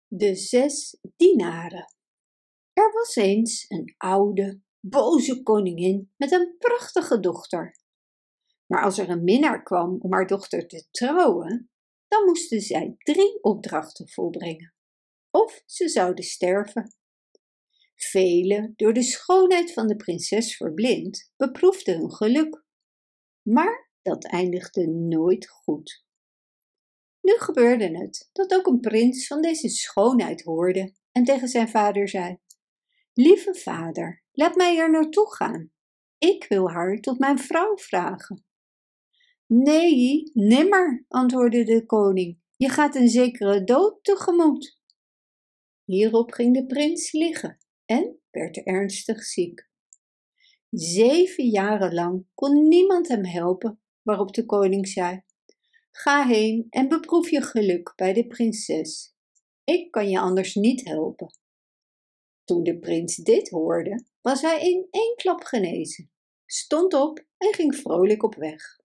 De 6 dienaren. Er was eens een oude, boze koningin met een prachtige dochter. Maar als er een minnaar kwam om haar dochter te trouwen, dan moesten zij 3 opdrachten volbrengen, of ze zouden sterven. Velen, door de schoonheid van de prinses verblind, beproefden hun geluk. Maar dat eindigde nooit goed. Nu gebeurde het dat ook een prins van deze schoonheid hoorde en tegen zijn vader zei: Lieve vader, laat mij er naartoe gaan. Ik wil haar tot mijn vrouw vragen. Nee, nimmer, antwoordde de koning. Je gaat een zekere dood tegemoet. Hierop ging de prins liggen en werd ernstig ziek. 7 jaren lang kon niemand hem helpen, waarop de koning zei: Ga heen en beproef je geluk bij de prinses. Ik kan je anders niet helpen. Toen de prins dit hoorde, was hij in 1 klap genezen, stond op en ging vrolijk op weg.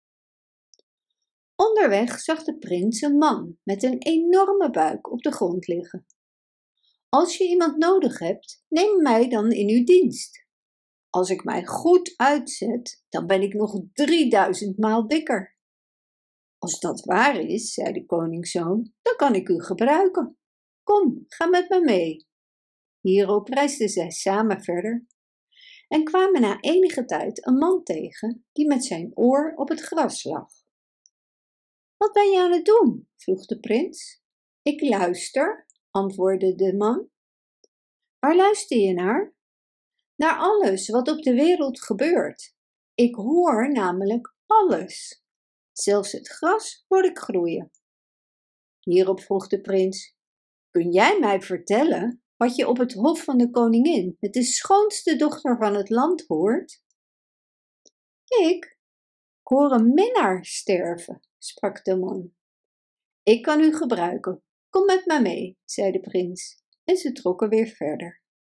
Onderweg zag de prins een man met een enorme buik op de grond liggen. Als je iemand nodig hebt, neem mij dan in uw dienst. Als ik mij goed uitzet, dan ben ik nog 3000 maal dikker. Als dat waar is, zei de koningszoon, dan kan ik u gebruiken. Kom, ga met me mee. Hierop reisden zij samen verder en kwamen na enige tijd een man tegen die met zijn oor op het gras lag. Wat ben je aan het doen? Vroeg de prins. Ik luister, antwoordde de man. Waar luister je naar? Naar alles wat op de wereld gebeurt. Ik hoor namelijk alles. Zelfs het gras hoor ik groeien. Hierop vroeg de prins: Kun jij mij vertellen wat je op het hof van de koningin met de schoonste dochter van het land hoort? Ik hoor een minnaar sterven, sprak de man. Ik kan u gebruiken. Kom met mij mee, zei de prins, en ze trokken weer verder.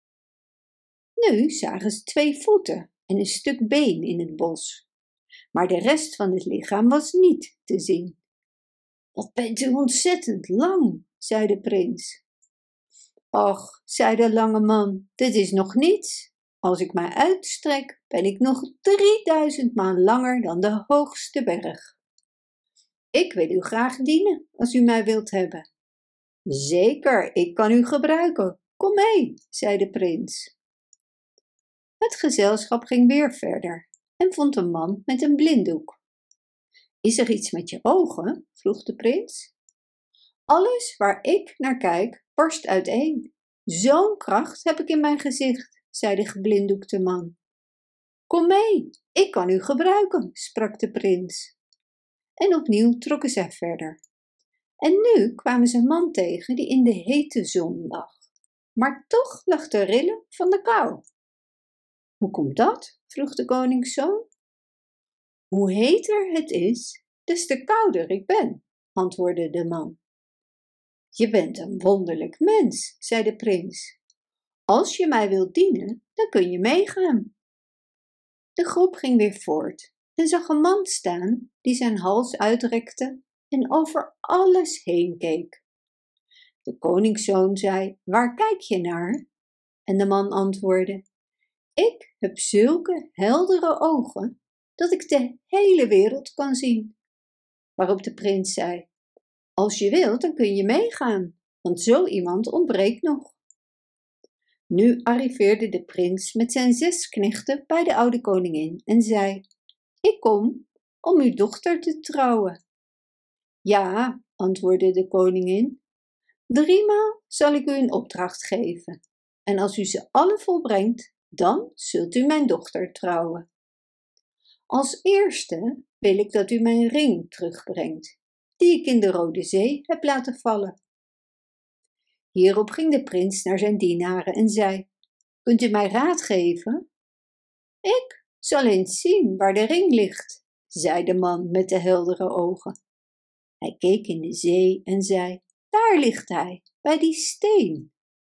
Nu zagen ze 2 voeten en een stuk been in het bos, maar de rest van het lichaam was niet te zien. Wat bent u ontzettend lang, zei de prins. Och, zei de lange man, dit is nog niets. Als ik mij uitstrek, ben ik nog 3000 maal langer dan de hoogste berg. Ik wil u graag dienen, als u mij wilt hebben. Zeker, ik kan u gebruiken. Kom mee, zei de prins. Het gezelschap ging weer verder en vond een man met een blinddoek. Is er iets met je ogen? Vroeg de prins. Alles waar ik naar kijk, barst uiteen. Zo'n kracht heb ik in mijn gezicht, zei de geblinddoekte man. Kom mee, ik kan u gebruiken, sprak de prins. En opnieuw trokken zij verder. En nu kwamen ze een man tegen die in de hete zon lag, maar toch lag te rillen van de kou. Hoe komt dat? Vroeg de koningszoon. Hoe heter het is, des te kouder ik ben, antwoordde de man. Je bent een wonderlijk mens, zei de prins. Als je mij wilt dienen, dan kun je meegaan. De groep ging weer voort en zag een man staan die zijn hals uitrekte en over alles heen keek. De koningszoon zei: Waar kijk je naar? En de man antwoordde: Ik heb zulke heldere ogen dat ik de hele wereld kan zien. Waarop de prins zei: Als je wilt, dan kun je meegaan, want zo iemand ontbreekt nog. Nu arriveerde de prins met zijn 6 knechten bij de oude koningin en zei: Ik kom om uw dochter te trouwen. Ja, antwoordde de koningin, 3 maal zal ik u een opdracht geven, en als u ze alle volbrengt, dan zult u mijn dochter trouwen. Als eerste wil ik dat u mijn ring terugbrengt, die ik in de Rode Zee heb laten vallen. Hierop ging de prins naar zijn dienaren en zei: Kunt u mij raad geven? Ik zal eens zien waar de ring ligt, zei de man met de heldere ogen. Hij keek in de zee en zei: Daar ligt hij, bij die steen.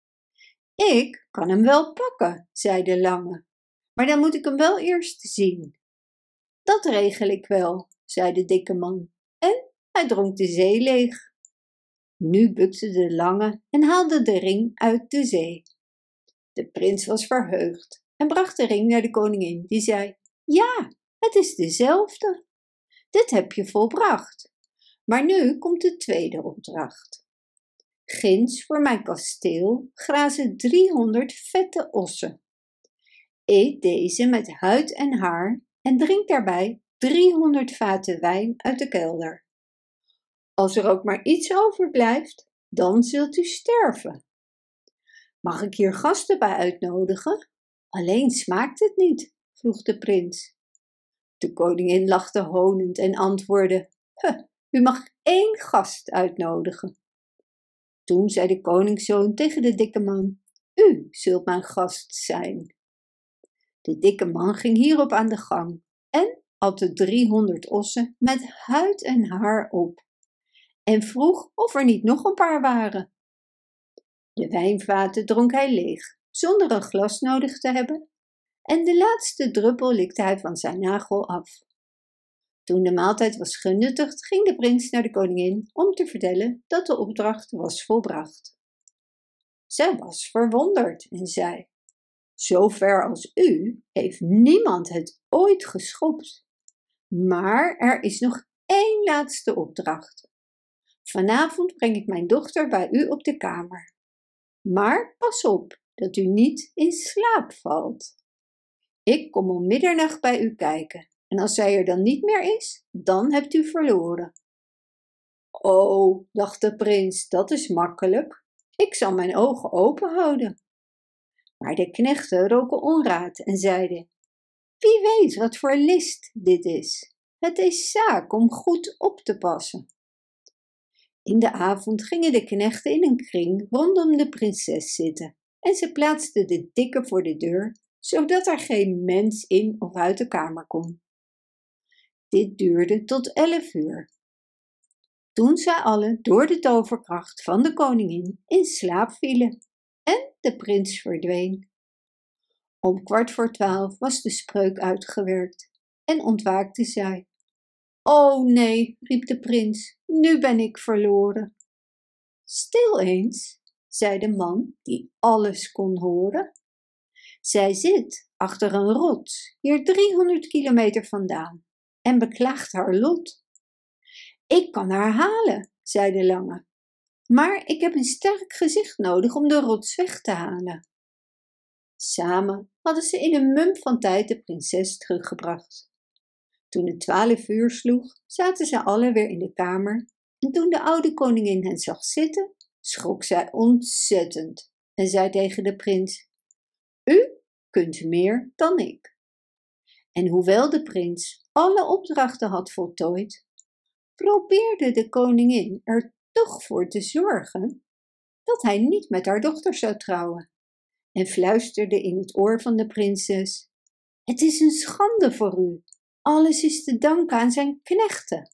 Ik kan hem wel pakken, zei de lange, maar dan moet ik hem wel eerst zien. Dat regel ik wel, zei de dikke man, en hij dronk de zee leeg. Nu bukte de lange en haalde de ring uit de zee. De prins was verheugd en bracht de ring naar de koningin, die zei: Ja, het is dezelfde. Dit heb je volbracht. Maar nu komt de tweede opdracht. Ginds voor mijn kasteel grazen 300 vette ossen. Eet deze met huid en haar en drink daarbij 300 vaten wijn uit de kelder. Als er ook maar iets overblijft, dan zult u sterven. Mag ik hier gasten bij uitnodigen? Alleen smaakt het niet, vroeg de prins. De koningin lachte honend en antwoordde: U mag 1 gast uitnodigen. Toen zei de koningszoon tegen de dikke man: U zult mijn gast zijn. De dikke man ging hierop aan de gang en at de 300 ossen met huid en haar op en vroeg of er niet nog een paar waren. De wijnvaten dronk hij leeg, zonder een glas nodig te hebben, en de laatste druppel likte hij van zijn nagel af. Toen de maaltijd was genuttigd, ging de prins naar de koningin om te vertellen dat de opdracht was volbracht. Zij was verwonderd en zei: Zo ver als u heeft niemand het ooit geschopt. Maar er is nog 1 laatste opdracht. Vanavond breng ik mijn dochter bij u op de kamer. Maar pas op dat u niet in slaap valt. Ik kom om middernacht bij u kijken en als zij er dan niet meer is, dan hebt u verloren. Oh, dacht de prins, dat is makkelijk. Ik zal mijn ogen open houden. Maar de knechten roken onraad en zeiden: Wie weet wat voor list dit is. Het is zaak om goed op te passen. In de avond gingen de knechten in een kring rondom de prinses zitten en ze plaatsten de dikke voor de deur, zodat er geen mens in of uit de kamer kon. Dit duurde tot 11 uur. Toen zij allen door de toverkracht van de koningin in slaap vielen en de prins verdween. Om 11:15 was de spreuk uitgewerkt en ontwaakte zij. O nee, riep de prins, nu ben ik verloren. Stil eens, zei de man die alles kon horen. Zij zit achter een rots, hier 300 kilometer vandaan, en beklaagt haar lot. Ik kan haar halen, zei de lange, maar ik heb een sterk gezicht nodig om de rots weg te halen. Samen hadden ze in een mum van tijd de prinses teruggebracht. Toen het 12 uur sloeg, zaten ze allen weer in de kamer en toen de oude koningin hen zag zitten, schrok zij ontzettend en zei tegen de prins: U kunt meer dan ik. En hoewel de prins alle opdrachten had voltooid, probeerde de koningin er toch voor te zorgen dat hij niet met haar dochter zou trouwen en fluisterde in het oor van de prinses: Het is een schande voor u. Alles is te danken aan zijn knechten.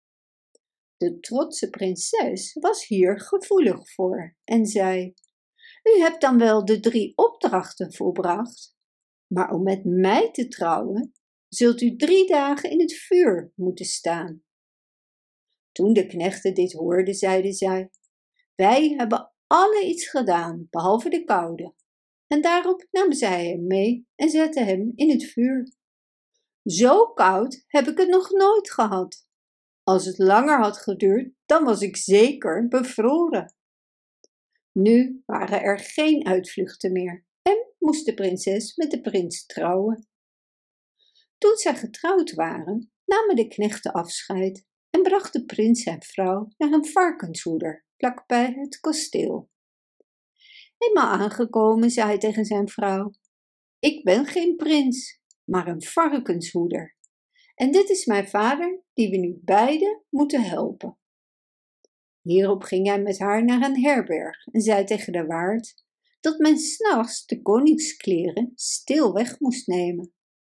De trotse prinses was hier gevoelig voor en zei: U hebt dan wel de 3 opdrachten volbracht, maar om met mij te trouwen, zult u 3 dagen in het vuur moeten staan. Toen de knechten dit hoorden, zeiden zij: Wij hebben alle iets gedaan, behalve de koude. En daarop namen zij hem mee en zetten hem in het vuur. Zo koud heb ik het nog nooit gehad. Als het langer had geduurd, dan was ik zeker bevroren. Nu waren er geen uitvluchten meer en moest de prinses met de prins trouwen. Toen zij getrouwd waren, namen de knechten afscheid en bracht de prins zijn vrouw naar een varkenshoeder vlakbij het kasteel. Eenmaal aangekomen zei hij tegen zijn vrouw: Ik ben geen prins, maar een varkenshoeder. En dit is mijn vader, die we nu beiden moeten helpen. Hierop ging hij met haar naar een herberg en zei tegen de waard dat men 's nachts de koningskleren stil weg moest nemen.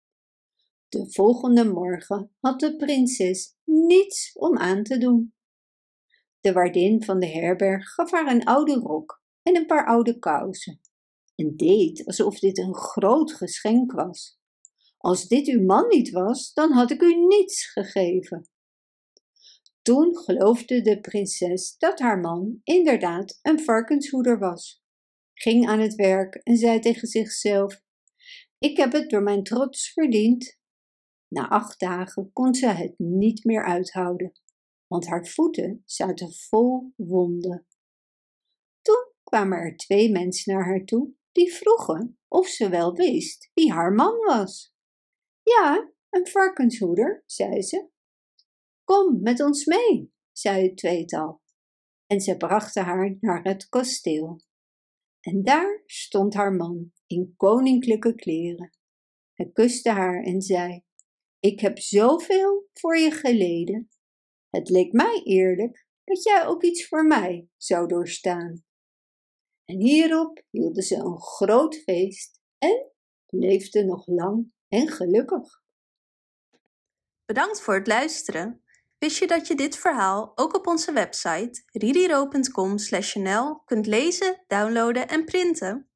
De volgende morgen had de prinses niets om aan te doen. De waardin van de herberg gaf haar een oude rok en een paar oude kousen en deed alsof dit een groot geschenk was. Als dit uw man niet was, dan had ik u niets gegeven. Toen geloofde de prinses dat haar man inderdaad een varkenshoeder was, ging aan het werk en zei tegen zichzelf: ik heb het door mijn trots verdiend. Na 8 dagen kon ze het niet meer uithouden, want haar voeten zaten vol wonden. Toen kwamen er 2 mensen naar haar toe, die vroegen of ze wel wist wie haar man was. Ja, een varkenshoeder, zei ze. Kom met ons mee, zei het tweetal. En ze brachten haar naar het kasteel. En daar stond haar man in koninklijke kleren. Hij kuste haar en zei: ik heb zoveel voor je geleden. Het leek mij eerlijk dat jij ook iets voor mij zou doorstaan. En hierop hielden ze een groot feest en leefden nog lang en gelukkig. Bedankt voor het luisteren. Wist je dat je dit verhaal ook op onze website ririro.com/nl kunt lezen, downloaden en printen?